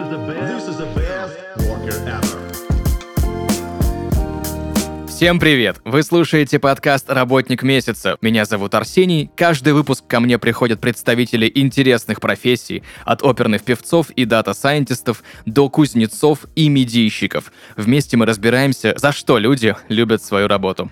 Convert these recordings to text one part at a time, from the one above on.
Всем привет! Вы слушаете подкаст «Работник месяца». Меня зовут Арсений. Каждый выпуск ко мне приходят представители интересных профессий, от оперных певцов и дата-сайентистов до кузнецов и медийщиков. Вместе мы разбираемся, за что люди любят свою работу.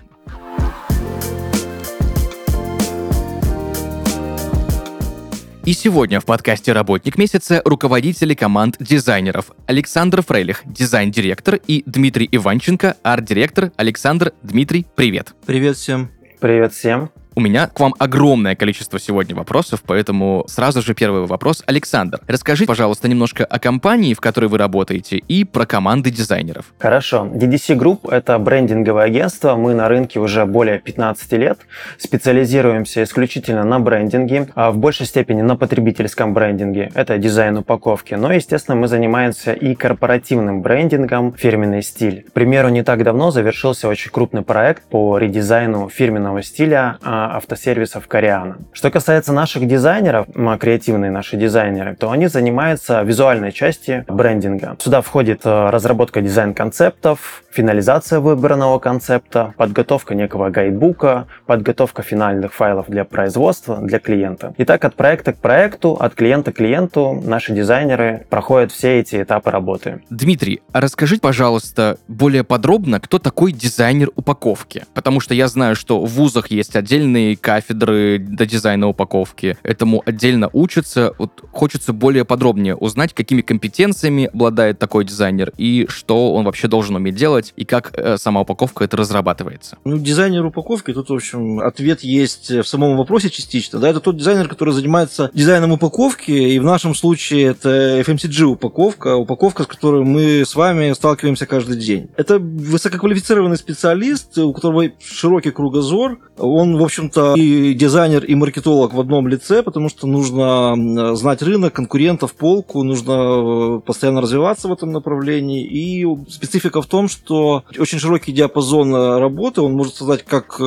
И сегодня в подкасте «Работник месяца» руководители команд дизайнеров Александр Фрейлих, дизайн-директор, и Дмитрий Иванченко, арт-директор. Александр, Дмитрий, привет. Привет всем. Привет всем. У меня к вам огромное количество сегодня вопросов, поэтому сразу же первый вопрос. Александр, расскажите, пожалуйста, немножко о компании, в которой вы работаете, и про команды дизайнеров. Хорошо. DDC Group — это брендинговое агентство. Мы на рынке уже более 15 лет. Специализируемся исключительно на брендинге, а в большей степени на потребительском брендинге. Это дизайн упаковки. Но, естественно, мы занимаемся и корпоративным брендингом, фирменный стиль. К примеру, не так давно завершился очень крупный проект по редизайну фирменного стиля автосервисов Кореана. Что касается наших дизайнеров, креативные наши дизайнеры, то они занимаются визуальной частью брендинга. Сюда входит разработка дизайн-концептов, финализация выбранного концепта, подготовка некого гайдбука, подготовка финальных файлов для производства, для клиента. Итак, от проекта к проекту, от клиента к клиенту наши дизайнеры проходят все эти этапы работы. Дмитрий, а расскажите, пожалуйста, более подробно, кто такой дизайнер упаковки? Потому что я знаю, что в вузах есть отдельные кафедры до дизайна упаковки. Этому отдельно учатся. Вот хочется более подробнее узнать, какими компетенциями обладает такой дизайнер и что он вообще должен уметь делать, и как сама упаковка это разрабатывается. Дизайнер упаковки, тут, в общем, ответ есть в самом вопросе частично. Да, это тот дизайнер, который занимается дизайном упаковки, и в нашем случае это FMCG-упаковка, с которой мы с вами сталкиваемся каждый день. Это высококвалифицированный специалист, у которого широкий кругозор. Он, в общем-то, и дизайнер, и маркетолог в одном лице, потому что нужно знать рынок, конкурентов, полку, нужно постоянно развиваться в этом направлении. И специфика в том, что очень широкий диапазон работы, он может создать как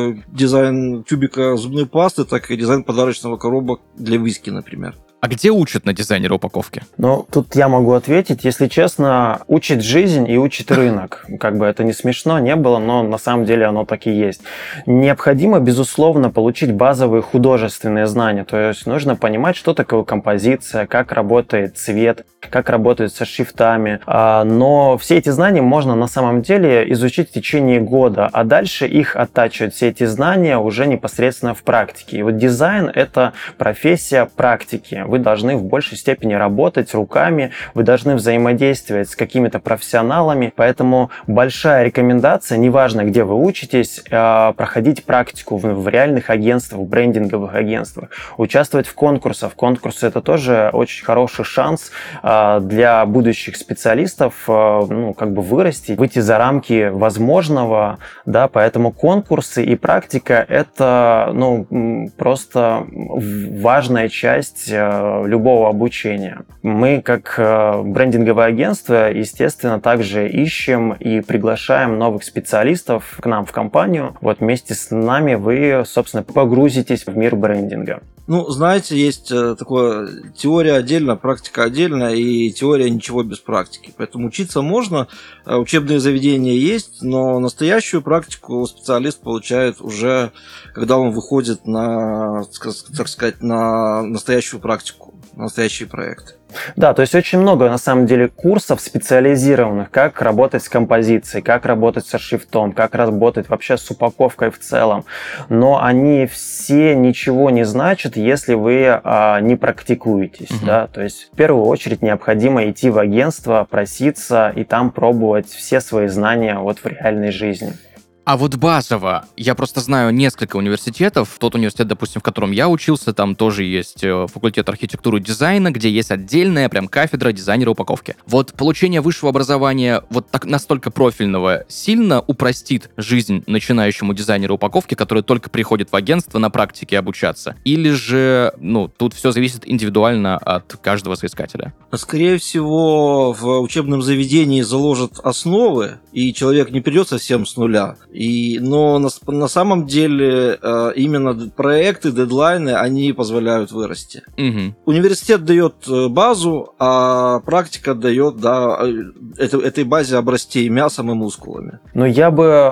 дизайн тюбика зубной пасты, так и дизайн подарочного коробок для виски, например. А где учат на дизайнера упаковки? Тут я могу ответить. Если честно, учит жизнь и учит рынок. Как бы это не смешно не было, но на самом деле оно так и есть. Необходимо, безусловно, получить базовые художественные знания. То есть нужно понимать, что такое композиция, как работает цвет, как работает со шрифтами. Но все эти знания можно на самом деле изучить в течение года, а дальше их оттачивать, все эти знания уже непосредственно в практике. И вот дизайн — это профессия практики. Вы должны в большей степени работать руками, вы должны взаимодействовать с какими-то профессионалами, поэтому большая рекомендация, неважно, где вы учитесь, проходить практику в реальных агентствах, в брендинговых агентствах, участвовать в конкурсах. Конкурсы — это тоже очень хороший шанс для будущих специалистов вырасти, выйти за рамки возможного, да, поэтому конкурсы и практика — это просто важная часть любого обучения. Мы, как брендинговое агентство, естественно, также ищем и приглашаем новых специалистов к нам в компанию. Вот вместе с нами вы, собственно, погрузитесь в мир брендинга. Знаете, есть такое теория отдельно, практика отдельно, и теория ничего без практики. Поэтому учиться можно, учебные заведения есть, но настоящую практику специалист получает уже, когда он выходит на, так сказать, на настоящую практику, на настоящие проекты. Да, то есть очень много, на самом деле, курсов специализированных, как работать с композицией, как работать со шрифтом, как работать вообще с упаковкой в целом. Но они все ничего не значат, если вы не практикуетесь. Да? То есть в первую очередь необходимо идти в агентство, проситься и там пробовать все свои знания в реальной жизни. А вот базово, я просто знаю несколько университетов. Тот университет, допустим, в котором я учился, там тоже есть факультет архитектуры и дизайна, где есть отдельная прям кафедра дизайнера упаковки. Вот получение высшего образования вот так настолько профильного сильно упростит жизнь начинающему дизайнеру упаковки, который только приходит в агентство на практике обучаться? Или же, тут все зависит индивидуально от каждого соискателя? Скорее всего, в учебном заведении заложат основы, и человек не придет совсем с нуля. Но на самом деле именно проекты, дедлайны, они позволяют вырасти. Угу. Университет дает базу, а практика дает, да, этой базе обрасти мясом и мускулами. Но я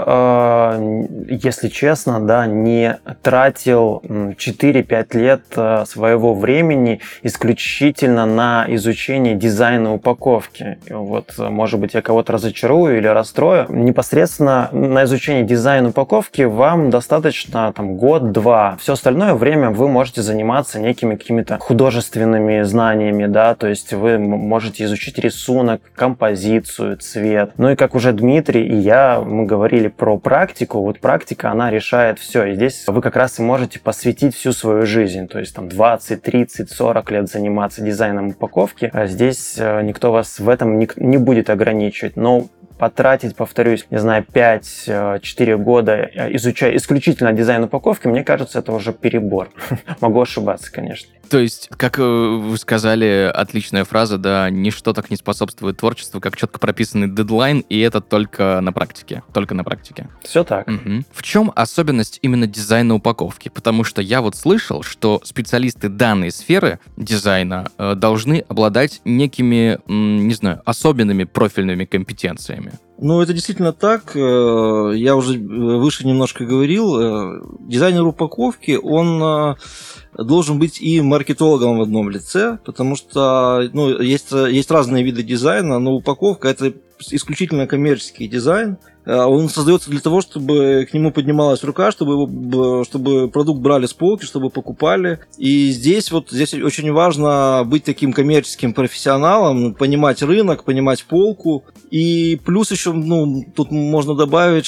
бы, если честно, да, не тратил 4-5 лет своего времени исключительно на изучение дизайна упаковки. Вот, может быть, я кого-то разочарую или расстрою. Непосредственно на изучение дизайна упаковки вам достаточно год-два. Все остальное время вы можете заниматься некими какими-то художественными знаниями, да, то есть вы можете изучить рисунок, композицию, цвет. Ну и как уже Дмитрий и я, мы говорили про практику. Вот практика, она решает все. И здесь вы как раз и можете посвятить всю свою жизнь. То есть 20, 30, 40 лет заниматься дизайном упаковки. А здесь никто вас в этом не будет ограничивать. Но потратить, повторюсь, не знаю, 5-4 года, изучая исключительно дизайн упаковки, мне кажется, это уже перебор. Могу ошибаться, конечно. То есть, как вы сказали, отличная фраза, да, ничто так не способствует творчеству, как четко прописанный дедлайн, и это только на практике. Только на практике. Все так. Угу. В чем особенность именно дизайна упаковки? Потому что я вот слышал, что специалисты данной сферы дизайна должны обладать некими, не знаю, особенными профильными компетенциями. Ну, это действительно так. Я уже выше немножко говорил. Дизайнер упаковки, он должен быть и маркетологом в одном лице, потому что есть разные виды дизайна, но упаковка – это исключительно коммерческий дизайн. Он создается для того, чтобы к нему поднималась рука, чтобы продукт брали с полки, чтобы покупали. И здесь очень важно быть таким коммерческим профессионалом, понимать рынок, понимать полку. И плюс еще, тут можно добавить,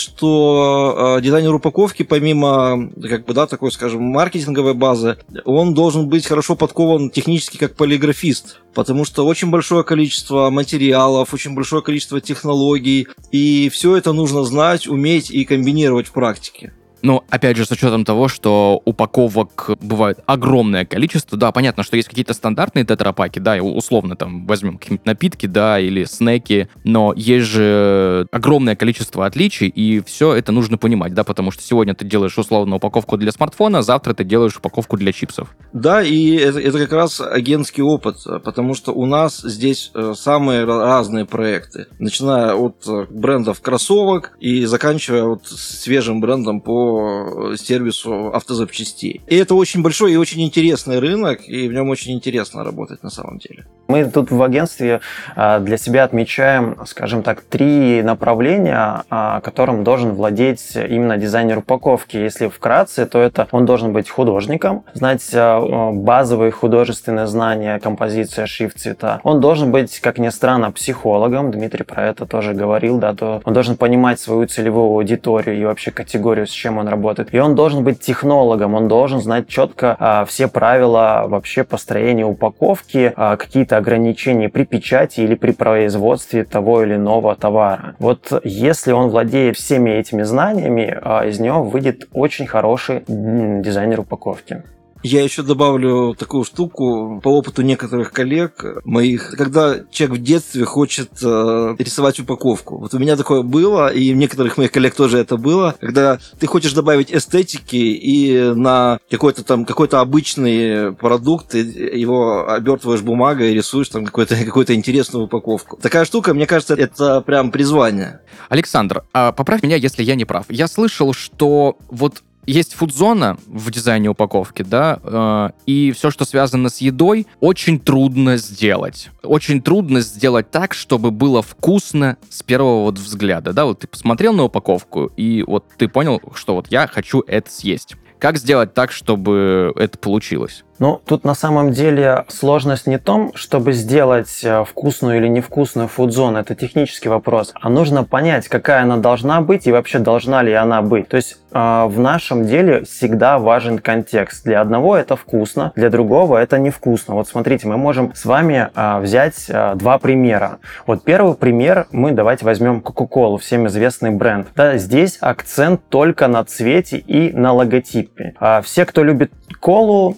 что дизайнер упаковки, помимо, такой, скажем, маркетинговой базы, он должен быть хорошо подкован технически как полиграфист, потому что очень большое количество материалов, очень большое количество технологий, и все это нужно знать, уметь и комбинировать в практике. Ну, опять же, с учетом того, что упаковок бывает огромное количество, да, понятно, что есть какие-то стандартные тетрапаки, да, и условно возьмем какие-нибудь напитки, да, или снеки, но есть же огромное количество отличий, и все это нужно понимать, да, потому что сегодня ты делаешь условно упаковку для смартфона, завтра ты делаешь упаковку для чипсов. Да, и это как раз агентский опыт, потому что у нас здесь самые разные проекты, начиная от брендов кроссовок и заканчивая свежим брендом по сервису автозапчастей. И это очень большой и очень интересный рынок, и в нем очень интересно работать на самом деле. Мы тут в агентстве для себя отмечаем, скажем так, 3 направления, которым должен владеть именно дизайнер упаковки. Если вкратце, то это он должен быть художником, знать базовые художественные знания, композиция, шрифт, цвета. Он должен быть, как ни странно, психологом. Дмитрий про это тоже говорил, да, то он должен понимать свою целевую аудиторию и вообще категорию, с чем он работает. И он должен быть технологом, он должен знать четко все правила вообще построения упаковки, какие-то ограничения при печати или при производстве того или иного товара. Вот если он владеет всеми этими знаниями, из него выйдет очень хороший дизайнер упаковки. Я еще добавлю такую штуку по опыту некоторых коллег моих. Когда человек в детстве хочет рисовать упаковку. Вот у меня такое было, и у некоторых моих коллег тоже это было. Когда ты хочешь добавить эстетики и на какой-то обычный продукт, ты его обертываешь бумагой и рисуешь там какую-то интересную упаковку. Такая штука, мне кажется, это прям призвание. Александр, поправь меня, если я не прав. Я слышал, что есть фудзона в дизайне упаковки, да, и все, что связано с едой, очень трудно сделать. Очень трудно сделать так, чтобы было вкусно с первого взгляда, да, ты посмотрел на упаковку, и ты понял, что я хочу это съесть. Как сделать так, чтобы это получилось? Ну, тут на самом деле сложность не в том, чтобы сделать вкусную или невкусную фудзону, это технический вопрос, а нужно понять, какая она должна быть и вообще должна ли она быть. То есть в нашем деле всегда важен контекст. Для одного это вкусно, для другого это невкусно. Вот смотрите, мы можем с вами взять 2 примера. Вот первый пример, давайте возьмем Coca-Cola, всем известный бренд. Да, здесь акцент только на цвете и на логотипе. Все, кто любит колу, тому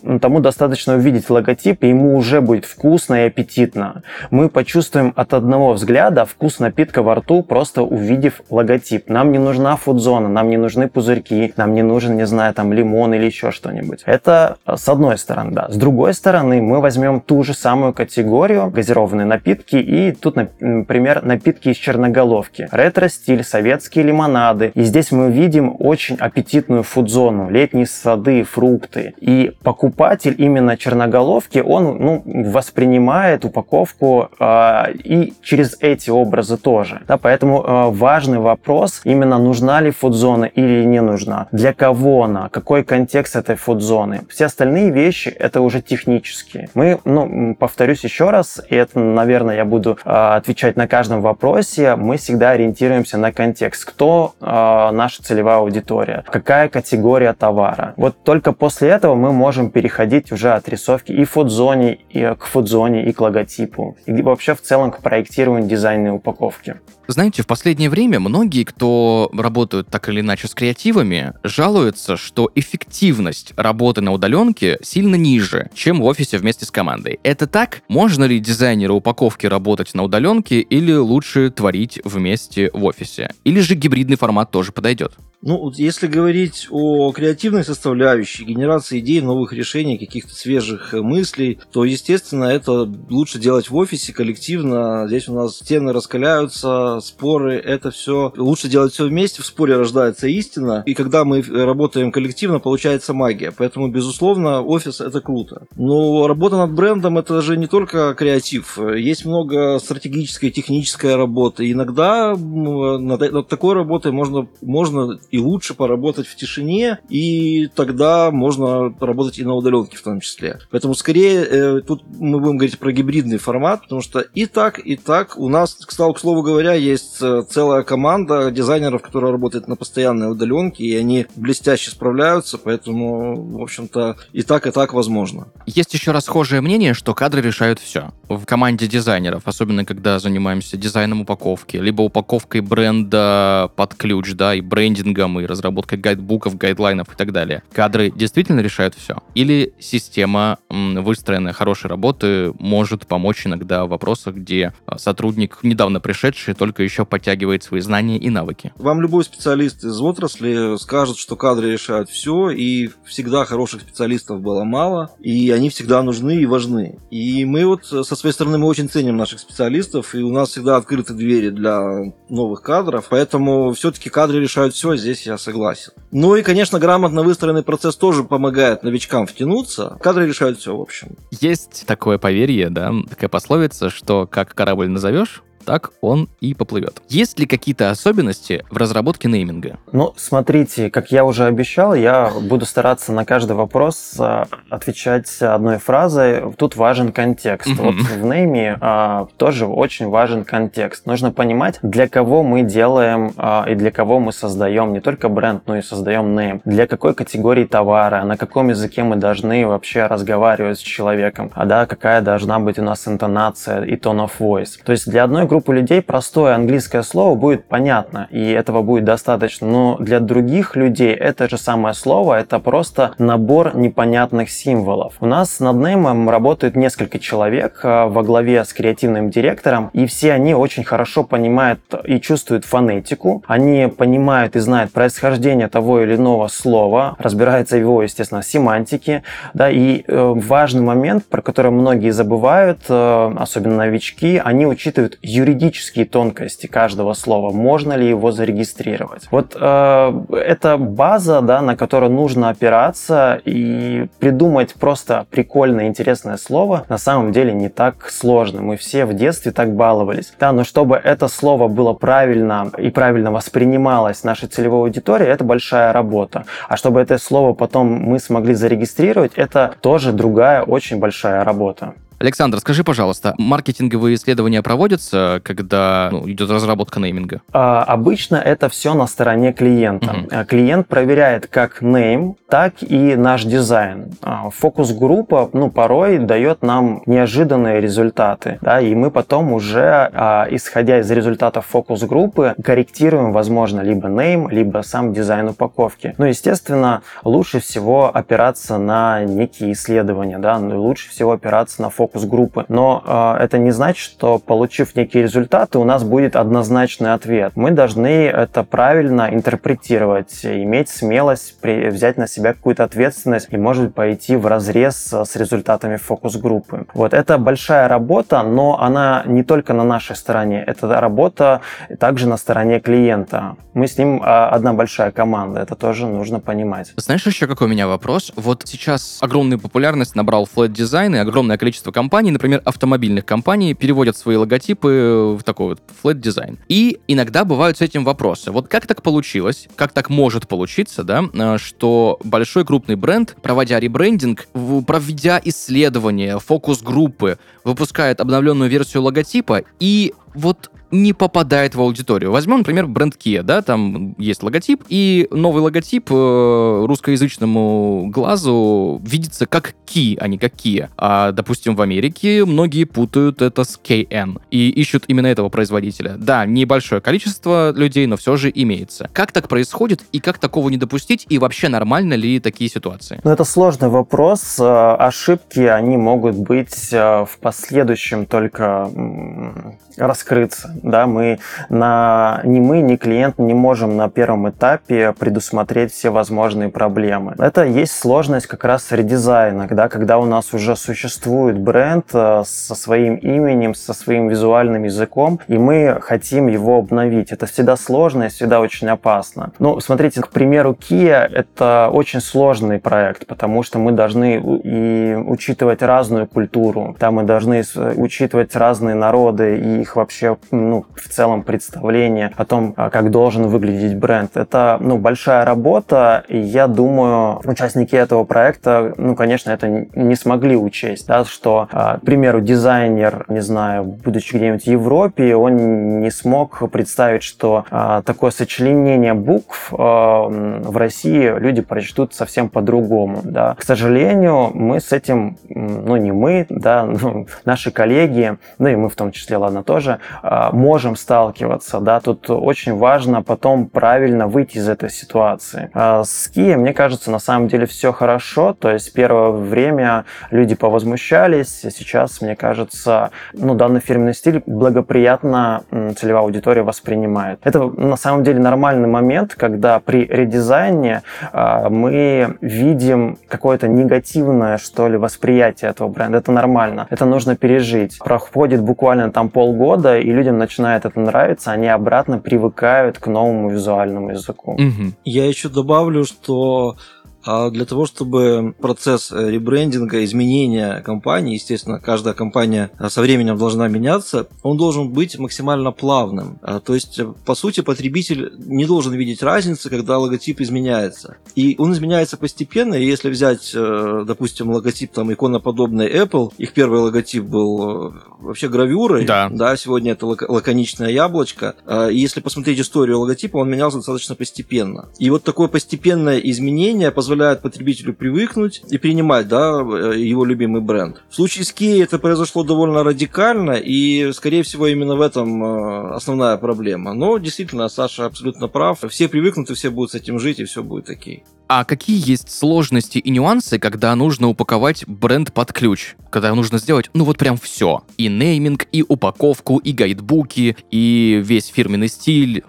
достаточно увидеть логотип, и ему уже будет вкусно и аппетитно. Мы почувствуем от одного взгляда вкус напитка во рту, просто увидев логотип. Нам не нужна фудзона, нам не нужны пузырьки, нам не нужен, не знаю, там лимон или еще что-нибудь. Это с одной стороны, да. С другой стороны, мы возьмем ту же самую категорию газированные напитки, и тут, например, напитки из черноголовки. Ретро-стиль, советские лимонады. И здесь мы видим очень аппетитную фудзону, летние сады, фрукты. И покупатель именно черноголовки, он воспринимает упаковку и через эти образы тоже. Да, поэтому важный вопрос, именно нужна ли фудзона или не нужна. Для кого она, какой контекст этой фудзоны. Все остальные вещи это уже технические. Мы, повторюсь еще раз, и это, наверное, я буду отвечать на каждом вопросе, мы всегда ориентируемся на контекст. Кто наша целевая аудитория, какая категория товара. Вот только после этого мы можем переходить уже от рисовки и фудзоне, и к фудзоне, и к логотипу, и вообще в целом к проектированию дизайна упаковки. Знаете, в последнее время многие, кто работают так или иначе с креативами, жалуются, что эффективность работы на удаленке сильно ниже, чем в офисе вместе с командой. Это так? Можно ли дизайнеру упаковки работать на удаленке или лучше творить вместе в офисе? Или же гибридный формат тоже подойдет? Если говорить о креативной составляющей, генерации идей, новых решений, каких-то свежих мыслей, то, естественно, это лучше делать в офисе, коллективно. Здесь у нас стены раскаляются, споры, это все. Лучше делать все вместе, в споре рождается истина. И когда мы работаем коллективно, получается магия. Поэтому, безусловно, офис — это круто. Но работа над брендом — это же не только креатив. Есть много стратегической, технической работы. Иногда над такой работой можно и лучше поработать в тишине, и тогда можно поработать и на удаленке в том числе. Поэтому скорее тут мы будем говорить про гибридный формат, потому что и так у нас, к слову говоря, есть целая команда дизайнеров, которая работает на постоянной удаленке, и они блестяще справляются, поэтому, в общем-то, и так возможно. Есть еще расхожее мнение, что кадры решают все. В команде дизайнеров, особенно когда занимаемся дизайном упаковки, либо упаковкой бренда под ключ, да, и брендингом, и разработкой гайдбуков, гайдлайнов и так далее. Кадры действительно решают все? Или система выстроенной хорошей работы может помочь иногда в вопросах, где сотрудник, недавно пришедший, только еще подтягивает свои знания и навыки? Вам любой специалист из отрасли скажет, что кадры решают все, и всегда хороших специалистов было мало, и они всегда нужны и важны. И мы со своей стороны, мы очень ценим наших специалистов, и у нас всегда открыты двери для новых кадров, поэтому все-таки кадры решают все, здесь я согласен. Ну и, конечно, грамотно выстроенный процесс тоже помогает новичкам втянуться. Кадры решают все, в общем. Есть такое поверье, да, такая пословица, что как корабль назовешь, так он и поплывет. Есть ли какие-то особенности в разработке нейминга? Смотрите, как я уже обещал, я буду стараться на каждый вопрос отвечать одной фразой. Тут важен контекст. Вот в нейме тоже очень важен контекст. Нужно понимать, для кого мы делаем и для кого мы создаем не только бренд, но и создаем нейм. Для какой категории товара, на каком языке мы должны вообще разговаривать с человеком, какая должна быть у нас интонация и tone of voice. То есть для одной группы людей простое английское слово будет понятно, и этого будет достаточно, но для других людей это же самое слово, это просто набор непонятных символов. У нас над неймом работает несколько человек во главе с креативным директором, и все они очень хорошо понимают и чувствуют фонетику, они понимают и знают происхождение того или иного слова, разбираются в его, естественно, семантике, да, и важный момент, про который многие забывают, особенно новички, они учитывают юридические тонкости каждого слова, можно ли его зарегистрировать. Вот это база, да, на которую нужно опираться, и придумать просто прикольное, интересное слово на самом деле не так сложно. Мы все в детстве так баловались. Да, но чтобы это слово было правильно и правильно воспринималось нашей целевой аудиторией, это большая работа. А чтобы это слово потом мы смогли зарегистрировать, это тоже другая очень большая работа. Александр, скажи, пожалуйста, маркетинговые исследования проводятся, когда идет разработка нейминга? Обычно это все на стороне клиента. Клиент проверяет как нейм, так и наш дизайн. Фокус-группа, порой дает нам неожиданные результаты, да, и мы потом уже, исходя из результатов фокус-группы, корректируем, возможно, либо нейм, либо сам дизайн упаковки. Естественно, лучше всего опираться на некие исследования, да, лучше всего опираться на фокус-группы. Но это не значит, что, получив некие результаты, у нас будет однозначный ответ. Мы должны это правильно интерпретировать, иметь смелость взять на себя какую-то ответственность и, может быть, пойти вразрез с результатами фокус-группы. Это большая работа, но она не только на нашей стороне, это работа также на стороне клиента. Мы с ним одна большая команда, это тоже нужно понимать. Знаешь, еще какой у меня вопрос? Сейчас огромную популярность набрал Flat Design, и огромное количество компаний, например, автомобильных компаний, переводят свои логотипы в такой Flat Design. И иногда бывают с этим вопросы. Как так получилось, как так может получиться, да, что большой крупный бренд, проводя ребрендинг, проведя исследования, фокус-группы, выпускает обновленную версию логотипа и не попадает в аудиторию. Возьмем, например, бренд Kia, да, там есть логотип, и новый логотип русскоязычному глазу видится как Ki, а не как Kia. А, допустим, в Америке многие путают это с KN и ищут именно этого производителя. Да, небольшое количество людей, но все же имеется. Как так происходит, и как такого не допустить, и вообще нормально ли такие ситуации? Это сложный вопрос. Ошибки, они могут быть в последующем только раскрыться. Да, ни мы, ни клиент не можем на первом этапе предусмотреть все возможные проблемы. Это есть сложность как раз редизайна, да, когда у нас уже существует бренд со своим именем, со своим визуальным языком, и мы хотим его обновить. Это всегда сложно и всегда очень опасно. Смотрите, к примеру, Kia — это очень сложный проект, потому что мы должны и учитывать разную культуру, да, мы должны учитывать разные народы и их вообще в целом представление о том, как должен выглядеть бренд. Это большая работа, и я думаю, участники этого проекта, конечно, это не смогли учесть, да, что, к примеру, дизайнер, не знаю, будучи где-нибудь в Европе, он не смог представить, что такое сочленение букв в России люди прочтут совсем по-другому. Да. К сожалению, мы с этим, не мы, да, наши коллеги, и мы в том числе, ладно, тоже, можем сталкиваться, да, тут очень важно потом правильно выйти из этой ситуации. С Kia, мне кажется, на самом деле все хорошо, то есть первое время люди повозмущались, сейчас, мне кажется, данный фирменный стиль благоприятно целевая аудитория воспринимает. Это на самом деле нормальный момент, когда при редизайне мы видим какое-то негативное, что ли, восприятие этого бренда. Это нормально, это нужно пережить. Проходит буквально полгода, и людям начинает это нравиться, они обратно привыкают к новому визуальному языку. Я еще добавлю, что для того, чтобы процесс ребрендинга, изменения компании, естественно, каждая компания со временем должна меняться, он должен быть максимально плавным. То есть, по сути, потребитель не должен видеть разницы, когда логотип изменяется. И он изменяется постепенно, и если взять, допустим, логотип иконоподобный Apple, их первый логотип был вообще гравюрой, да, сегодня это лаконичное яблочко, и если посмотреть историю логотипа, он менялся достаточно постепенно. И такое постепенное изменение позволяет потребителю привыкнуть и принимать, да, его любимый бренд. В случае с Kia это произошло довольно радикально, и, скорее всего, именно в этом основная проблема. Но, действительно, Саша абсолютно прав. Все привыкнут, и все будут с этим жить, и все будет окей. А какие есть сложности и нюансы, когда нужно упаковать бренд под ключ? Когда нужно сделать, прям все. И нейминг, и упаковку, и гайдбуки, и весь фирменный стиль.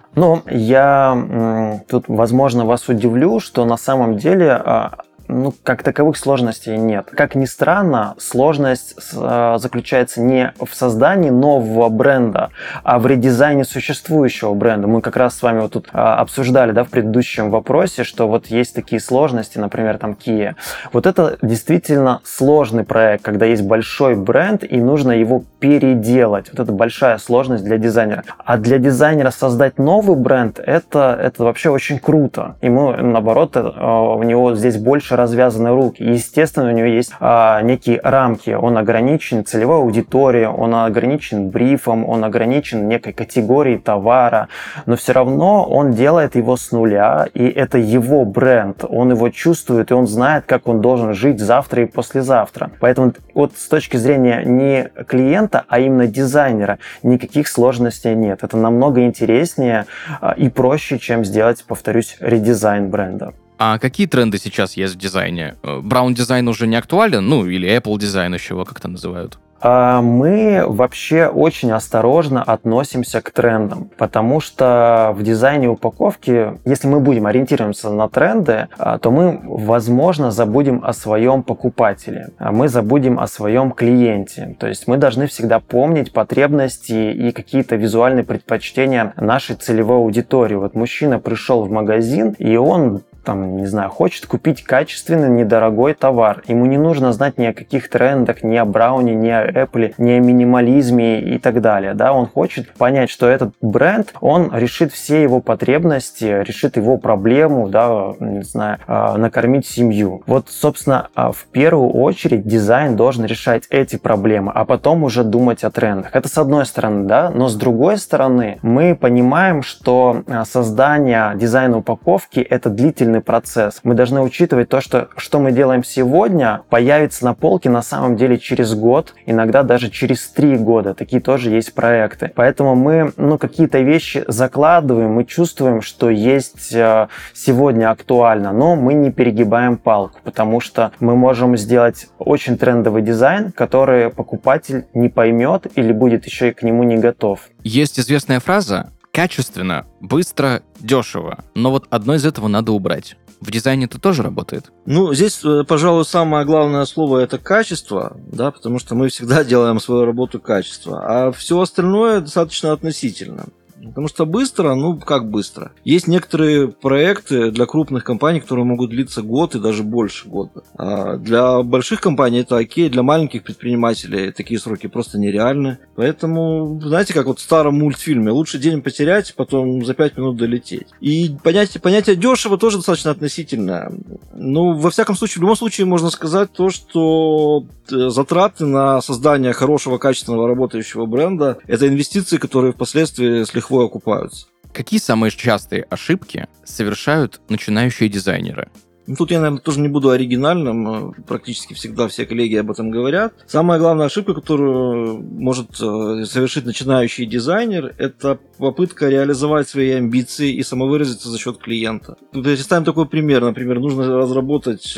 Я тут, возможно, вас удивлю, что на самом деле как таковых сложностей нет. Как ни странно, сложность заключается не в создании нового бренда, а в редизайне существующего бренда. Мы как раз с вами тут обсуждали, да, в предыдущем вопросе, что есть такие сложности, например, Kia. Это действительно сложный проект, когда есть большой бренд, и нужно его переделать. Вот это большая сложность для дизайнера. А для дизайнера создать новый бренд, это вообще очень круто. Ему, наоборот, у него здесь больше развязаны руки. И, естественно, у него есть некие рамки. Он ограничен целевой аудиторией, он ограничен брифом, он ограничен некой категорией товара. Но все равно он делает его с нуля, и это его бренд. Он его чувствует, и он знает, как он должен жить завтра и послезавтра. Поэтому вот с точки зрения не клиента, а именно дизайнера, никаких сложностей нет. Это намного интереснее и проще, чем сделать, повторюсь, редизайн бренда. А какие тренды сейчас есть в дизайне? Браун дизайн уже не актуален? Ну, или Apple дизайн еще его как-то называют? Мы вообще очень осторожно относимся к трендам, потому что в дизайне упаковки, если мы будем ориентироваться на тренды, то мы, возможно, забудем о своем покупателе, мы забудем о своем клиенте. То есть мы должны всегда помнить потребности и какие-то визуальные предпочтения нашей целевой аудитории. Вот мужчина пришел в магазин, и он не знаю, хочет купить качественный, недорогой товар. Ему не нужно знать ни о каких трендах, ни о Брауне, ни о Apple, ни о минимализме и так далее. Да? Он хочет понять, что этот бренд, он решит все его потребности, решит его проблему, да, не знаю, накормить семью. Вот, собственно, в первую очередь дизайн должен решать эти проблемы, а потом уже думать о трендах. Это с одной стороны, да, но с другой стороны мы понимаем, что создание дизайна упаковки – это длительный процесс. Мы должны учитывать то, что мы делаем сегодня, появится на полке на самом деле через год, иногда даже через 3 года. Такие тоже есть проекты. Поэтому мы какие-то вещи закладываем, мы чувствуем, что есть сегодня актуально, но мы не перегибаем палку, потому что мы можем сделать очень трендовый дизайн, который покупатель не поймет или будет еще и к нему не готов. Есть известная фраза: качественно, быстро, дешево. Но вот одно из этого надо убрать. В дизайне это тоже работает? Здесь, пожалуй, самое главное слово – это качество, да, потому что мы всегда делаем свою работу качество, а все остальное достаточно относительно. Потому что быстро, как быстро. Есть некоторые проекты для крупных компаний, которые могут длиться год и даже больше года. А для больших компаний это окей, для маленьких предпринимателей такие сроки просто нереальны. Поэтому, знаете, как вот в старом мультфильме, лучше день потерять, потом за 5 минут долететь. И понятие дешево тоже достаточно относительное. Во всяком случае, в любом случае можно сказать то, что затраты на создание хорошего, качественного, работающего бренда – это инвестиции, которые впоследствии с лихвой окупаются. Какие самые частые ошибки совершают начинающие дизайнеры? Тут я, наверное, тоже не буду оригинальным. Практически всегда все коллеги об этом говорят. Самая главная ошибка, которую может совершить начинающий дизайнер, это попытка реализовать свои амбиции и самовыразиться за счет клиента. Представим такой пример. Например, нужно разработать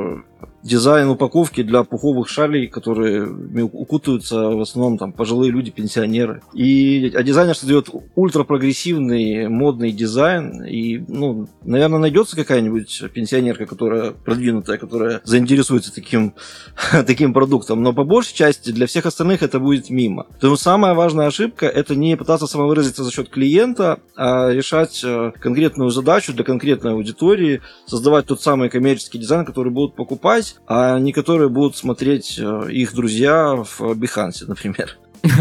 дизайн упаковки для пуховых шалей, которые укутываются в основном пожилые люди, пенсионеры. А дизайнер создает ультрапрогрессивный модный дизайн. И, наверное, найдется какая-нибудь пенсионерка, которая продвинутая, которая заинтересуется таким продуктом. Но по большей части для всех остальных это будет мимо. Поэтому самая важная ошибка – это не пытаться самовыразиться за счет клиента, а решать конкретную задачу для конкретной аудитории, создавать тот самый коммерческий дизайн, который будут покупать, а не которые будут смотреть их друзья в Behance, например.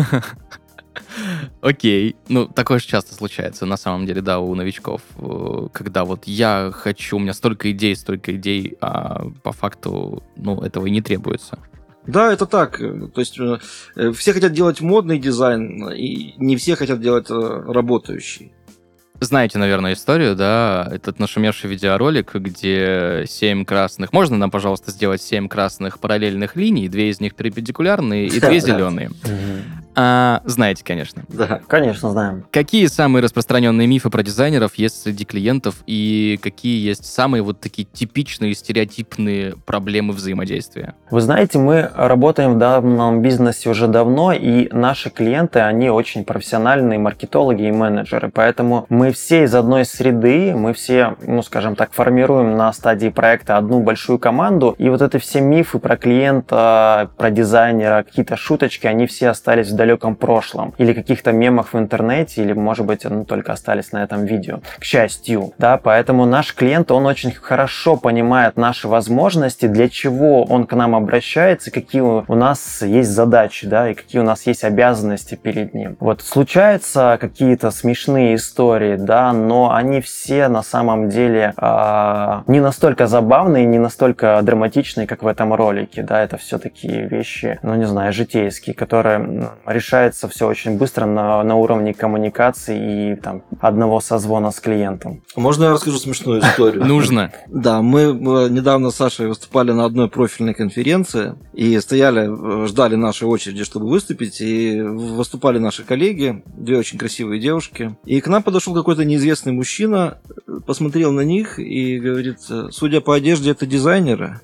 Окей. Такое же часто случается, на самом деле, да, у новичков. Когда вот я хочу, у меня столько идей, а по факту, этого и не требуется. Да, это так. То есть все хотят делать модный дизайн, и не все хотят делать работающий. Знаете, наверное, историю, да, этот нашумевший видеоролик, где 7 красных... Можно нам, пожалуйста, сделать 7 красных параллельных линий, 2 из них перпендикулярные и 2 зеленые? Знаете, конечно. Да, конечно, знаем. Какие самые распространенные мифы про дизайнеров есть среди клиентов и какие есть самые вот такие типичные, стереотипные проблемы взаимодействия? Вы знаете, мы работаем в данном бизнесе уже давно, и наши клиенты, они очень профессиональные маркетологи и менеджеры, поэтому мы все из одной среды, мы все, скажем так, формируем на стадии проекта одну большую команду, и вот это все мифы про клиента, про дизайнера, какие-то шуточки, они все остались в далеком далеком прошлом, или каких-то мемах в интернете, или, может быть, только остались на этом видео, к счастью, да, поэтому наш клиент, он очень хорошо понимает наши возможности, для чего он к нам обращается, какие у нас есть задачи, да, и какие у нас есть обязанности перед ним. Вот случаются какие-то смешные истории, да, но они все на самом деле не настолько забавные, не настолько драматичные, как в этом ролике, да, это все такие вещи, ну, не знаю, житейские, которые решаются все очень быстро на уровне коммуникации и там одного созвона с клиентом. Можно я расскажу смешную историю? Нужно. Да, мы недавно с Сашей выступали на одной профильной конференции и ждали нашей очереди, чтобы выступить, и выступали наши коллеги, две очень красивые девушки, и к нам подошел какой-то неизвестный мужчина, посмотрел на них и говорит: судя по одежде, это дизайнеры.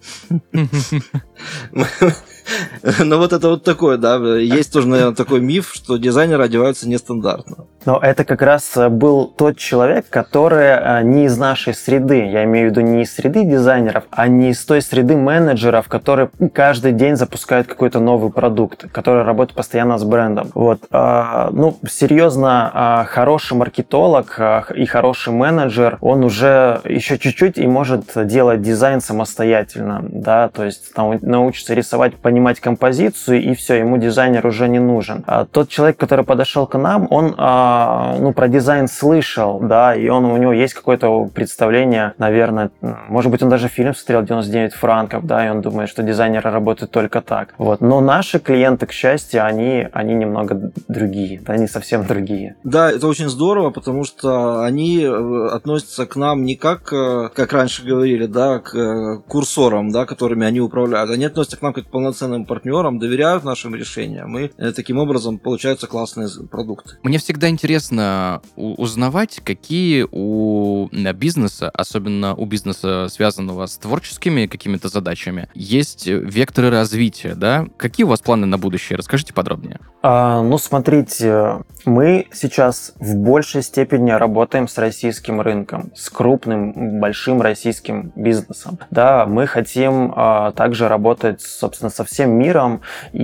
Ну вот это вот такое, да, есть тоже, наверное, такой миф, что дизайнеры одеваются нестандартно. Но это как раз был тот человек, который не из нашей среды, я имею в виду не из среды дизайнеров, а не из той среды менеджеров, которые каждый день запускают какой-то новый продукт, который работает постоянно с брендом. Вот, ну, серьезно, хороший маркетолог и хороший менеджер, он уже еще чуть-чуть и может делать дизайн самостоятельно, да, то есть там научится рисовать, понимать композицию, и все, ему дизайнер уже не нужен. А тот человек, который подошел к нам, он про дизайн слышал, да, и у него есть какое-то представление, наверное, может быть, он даже фильм смотрел «99 франков», да, и он думает, что дизайнеры работают только так. Вот. Но наши клиенты, к счастью, они немного другие, да, они совсем другие. Да, это очень здорово, потому что они относятся к нам не как раньше говорили, да, к курсорам, да, которыми они управляют. Они относятся к нам как к полноценным партнерам, доверяют нашим решениям, и таким образом получаются классные продукты. Мне всегда интересно узнавать, какие у бизнеса, особенно у бизнеса, связанного с творческими какими-то задачами, есть векторы развития, да? Какие у вас планы на будущее? Расскажите подробнее. Ну, смотрите, мы сейчас в большей степени работаем с российским рынком, с крупным, большим российским бизнесом. Да, мы хотим также работать, собственно, со всем миром,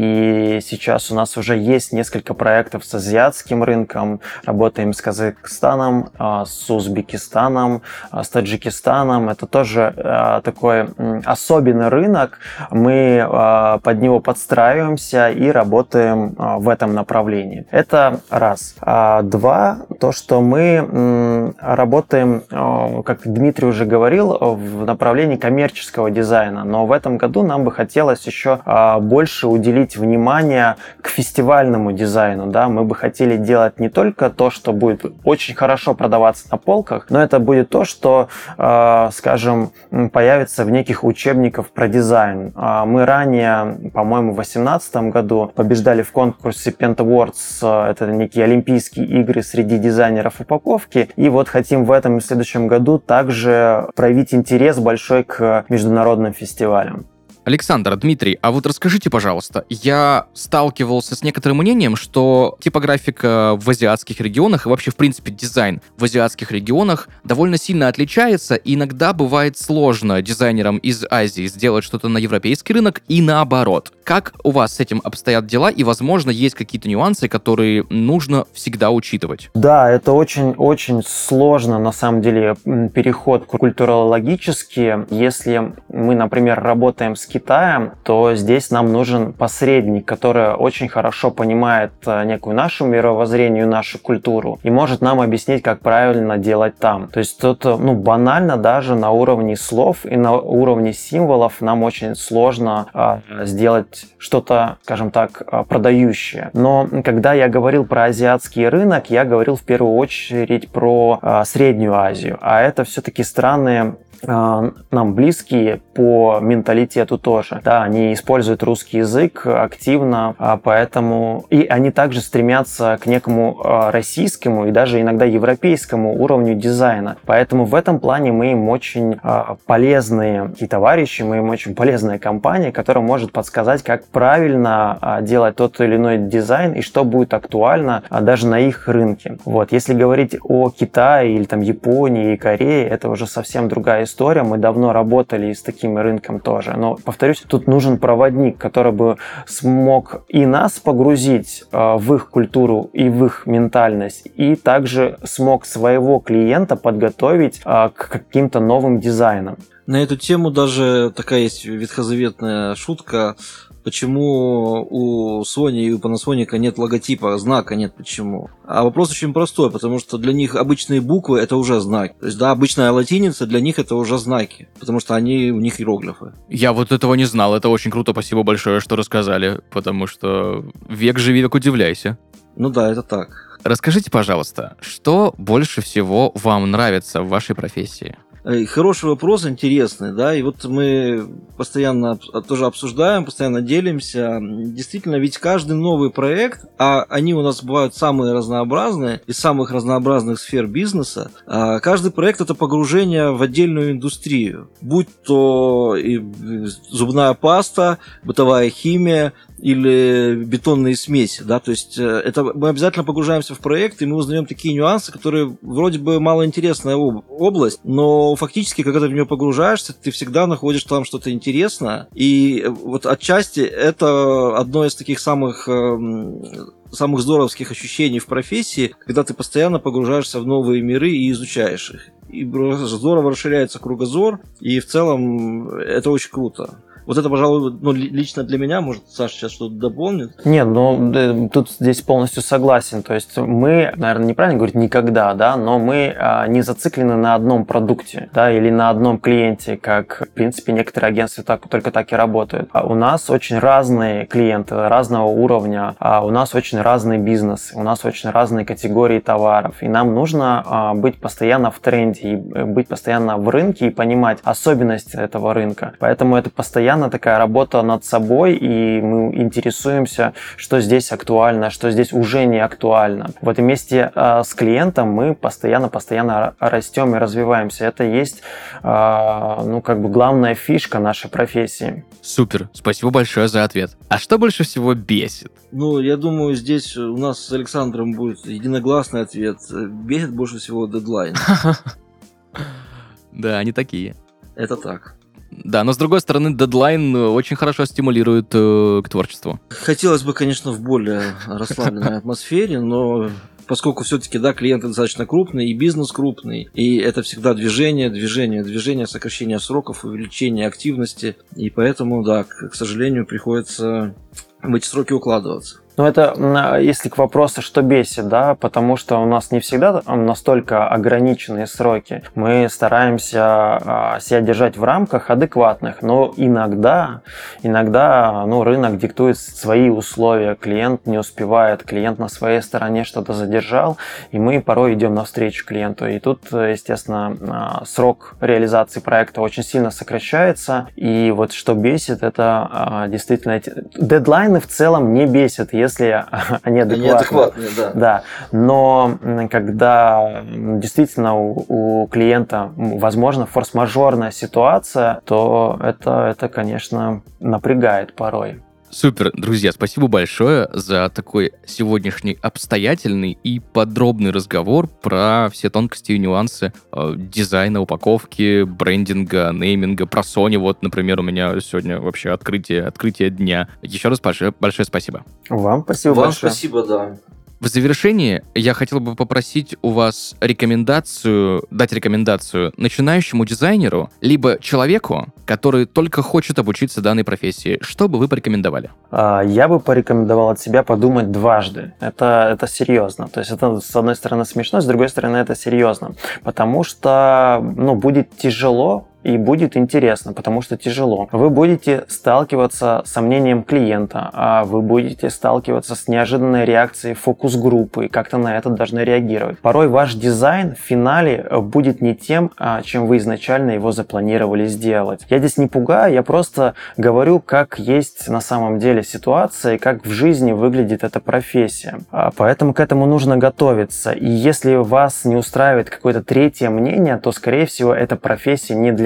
и сейчас у нас уже есть несколько проектов с азиатским рынком, работаем с Казахстаном, с Узбекистаном, с Таджикистаном. Это тоже такой особенный рынок, мы под него подстраиваемся и работаем в этом направлении. Это раз. Два, то, что мы работаем, как Дмитрий уже говорил, в направлении коммерческого дизайна, но в этом году нам бы хотелось еще больше уделить внимание к фестивальному дизайну. Да? Мы бы хотели делать не только то, что будет очень хорошо продаваться на полках, но это будет то, что, скажем, появится в неких учебниках про дизайн. Мы ранее, по-моему, в 2018 году побеждали в конкурсе Paint Awards, это некие олимпийские игры среди дизайнеров упаковки, и вот хотим в этом и следующем году также проявить интерес большой к международным фестивалям. Александр, Дмитрий, а вот расскажите, пожалуйста, я сталкивался с некоторым мнением, что типографика в азиатских регионах и вообще, в принципе, дизайн в азиатских регионах довольно сильно отличается, и иногда бывает сложно дизайнерам из Азии сделать что-то на европейский рынок и наоборот. Как у вас с этим обстоят дела, и, возможно, есть какие-то нюансы, которые нужно всегда учитывать? Да, это очень-очень сложно, на самом деле, переход культурологически. Если мы, например, работаем с Китаем, то здесь нам нужен посредник, который очень хорошо понимает некую нашу мировоззрение, нашу культуру и может нам объяснить, как правильно делать там. То есть тут, банально даже на уровне слов и на уровне символов нам очень сложно сделать что-то, скажем так, продающее. Но когда я говорил про азиатский рынок, я говорил в первую очередь про Среднюю Азию, а это все-таки страны нам близкие по менталитету тоже. Да, они используют русский язык активно, поэтому и они также стремятся к некому российскому и даже иногда европейскому уровню дизайна. Поэтому в этом плане мы им очень полезные и товарищи, мы им очень полезная компания, которая может подсказать, как правильно делать тот или иной дизайн и что будет актуально даже на их рынке. Вот. Если говорить о Китае или там Японии и Корее, это уже совсем другая история. история, мы давно работали и с таким рынком тоже. Но, повторюсь, тут нужен проводник, который бы смог и нас погрузить в их культуру и в их ментальность, и также смог своего клиента подготовить к каким-то новым дизайнам. На эту тему даже такая есть ветхозаветная шутка, почему у Sony и у Panasonic нет логотипа, знака нет почему. А вопрос очень простой, потому что для них обычные буквы – это уже знаки. То есть, да, обычная латиница для них – это уже знаки, потому что у них иероглифы. Я вот этого не знал, это очень круто, спасибо большое, что рассказали, потому что век живи, век удивляйся. Ну да, это так. Расскажите, пожалуйста, что больше всего вам нравится в вашей профессии? Хороший вопрос, интересный, да, и вот мы постоянно тоже обсуждаем, постоянно делимся. Действительно, ведь каждый новый проект, а они у нас бывают самые разнообразные, из самых разнообразных сфер бизнеса, каждый проект – это погружение в отдельную индустрию, будь то и зубная паста, бытовая химия, или бетонные смеси, да, то есть это мы обязательно погружаемся в проект, и мы узнаем такие нюансы, которые вроде бы малоинтересная область, но фактически, когда ты в нее погружаешься, ты всегда находишь там что-то интересное, и вот отчасти это одно из таких самых здоровских ощущений в профессии, когда ты постоянно погружаешься в новые миры и изучаешь их. И здорово расширяется кругозор, и в целом это очень круто. Вот это, пожалуй, лично для меня, может, Саша сейчас что-то дополнит? Нет, тут здесь полностью согласен. То есть мы, наверное, неправильно говорить никогда, да, но мы не зациклены на одном продукте, да, или на одном клиенте, как, в принципе, некоторые агентства только так и работают. У нас очень разные клиенты, разного уровня, у нас очень разный бизнес, у нас очень разные категории товаров, и нам нужно быть постоянно в тренде, и быть постоянно в рынке и понимать особенности этого рынка. Поэтому это постоянно такая работа над собой, и мы интересуемся, что здесь актуально, что здесь уже не актуально. Вот и вместе с клиентом мы постоянно растем и развиваемся. Это есть, главная фишка нашей профессии. Супер, спасибо большое за ответ. А что больше всего бесит? Я думаю, здесь у нас с Александром будет единогласный ответ. Бесит больше всего дедлайн. Да, они такие. Это так. Да, но с другой стороны, дедлайн очень хорошо стимулирует к творчеству. Хотелось бы, конечно, в более расслабленной атмосфере, но поскольку все-таки, да, клиенты достаточно крупные, и бизнес крупный, и это всегда движение, сокращение сроков, увеличение активности, и поэтому, да, к сожалению, приходится в эти сроки укладываться. Это, если к вопросу, что бесит, да, потому что у нас не всегда настолько ограниченные сроки. Мы стараемся себя держать в рамках адекватных, но иногда рынок диктует свои условия, клиент не успевает, клиент на своей стороне что-то задержал, и мы порой идем навстречу клиенту. И тут, естественно, срок реализации проекта очень сильно сокращается, и вот что бесит, это действительно эти дедлайны в целом не бесят, если они адекватные. Да. Но когда действительно у клиента, возможно, форс-мажорная ситуация, то это, конечно, напрягает порой. Супер, друзья, спасибо большое за такой сегодняшний обстоятельный и подробный разговор про все тонкости и нюансы дизайна, упаковки, брендинга, нейминга, про Sony. Вот, например, у меня сегодня вообще открытие дня. Еще раз большое спасибо. Вам спасибо большое. Вам спасибо, да. В завершении я хотел бы попросить у вас дать рекомендацию начинающему дизайнеру, либо человеку, который только хочет обучиться данной профессии. Что бы вы порекомендовали? Я бы порекомендовал от себя подумать дважды. Это серьезно. То есть это, с одной стороны, смешно, с другой стороны, это серьезно. Потому что будет тяжело, и будет интересно, потому что тяжело. Вы будете сталкиваться с мнением клиента, а вы будете сталкиваться с неожиданной реакцией фокус-группы, и как-то на это должны реагировать. Порой ваш дизайн в финале будет не тем, чем вы изначально его запланировали сделать. Я здесь не пугаю, я просто говорю, как есть на самом деле ситуация и как в жизни выглядит эта профессия. Поэтому к этому нужно готовиться. И если вас не устраивает какое-то третье мнение, то, скорее всего, эта профессия не для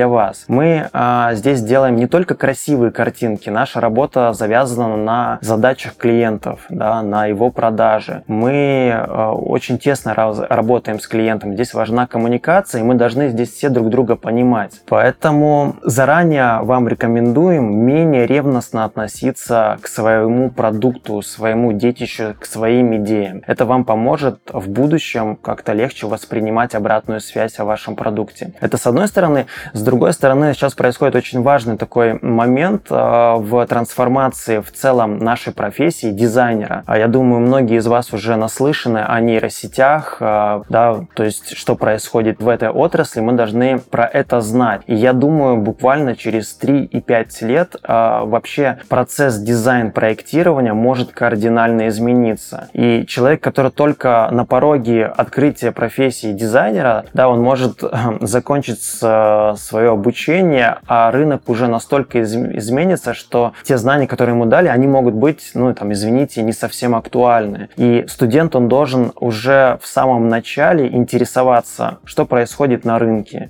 для вас. Мы здесь делаем не только красивые картинки, наша работа завязана на задачах клиентов, да, на его продаже. Мы очень тесно работаем с клиентом. Здесь важна коммуникация, и мы должны здесь все друг друга понимать. Поэтому заранее вам рекомендуем менее ревностно относиться к своему продукту, своему детищу, к своим идеям. Это вам поможет в будущем как-то легче воспринимать обратную связь о вашем продукте. Это с одной стороны. С другой стороны, сейчас происходит очень важный такой момент в трансформации в целом нашей профессии дизайнера. Я думаю, многие из вас уже наслышаны о нейросетях, да, то есть что происходит в этой отрасли, мы должны про это знать. И я думаю, буквально через 3 и 5 лет вообще процесс дизайн-проектирования может кардинально измениться. И человек, который только на пороге открытия профессии дизайнера, да, он может закончить свое обучение, а рынок уже настолько изменится, что те знания, которые ему дали, они могут быть, извините, не совсем актуальны. И студент, он должен уже в самом начале интересоваться, что происходит на рынке,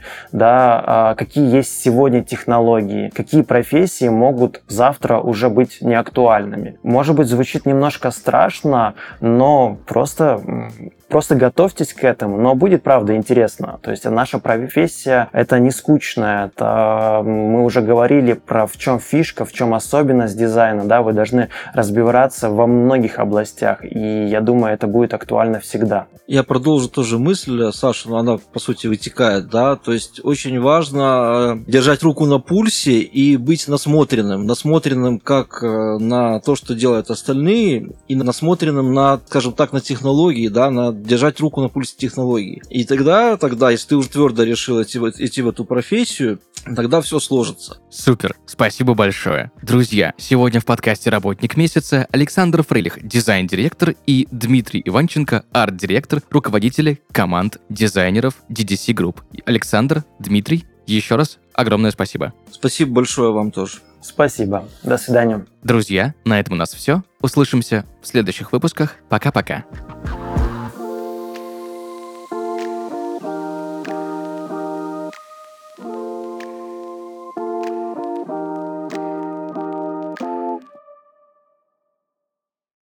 да, какие есть сегодня технологии, какие профессии могут завтра уже быть неактуальными. Может быть, звучит немножко страшно, но просто готовьтесь к этому, но будет, правда, интересно. То есть наша профессия — это не скучная, это мы уже говорили про в чем фишка, в чем особенность дизайна, да, вы должны разбираться во многих областях, и я думаю, это будет актуально всегда. Я продолжу тоже мысль, Саша, но она, по сути, вытекает, да, то есть очень важно держать руку на пульсе и быть насмотренным как на то, что делают остальные, и насмотренным на, скажем так, на технологии, да, на держать руку на пульсе технологий. И тогда, если ты уже твердо решил идти в эту профессию, тогда все сложится. Супер, спасибо большое. Друзья, сегодня в подкасте «Работник месяца» Александр Фрылих, дизайн-директор, и Дмитрий Иванченко, арт-директор, руководители команд дизайнеров DDC Group. Александр, Дмитрий, еще раз огромное спасибо. Спасибо большое вам тоже. Спасибо. До свидания. Друзья, на этом у нас все. Услышимся в следующих выпусках. Пока-пока.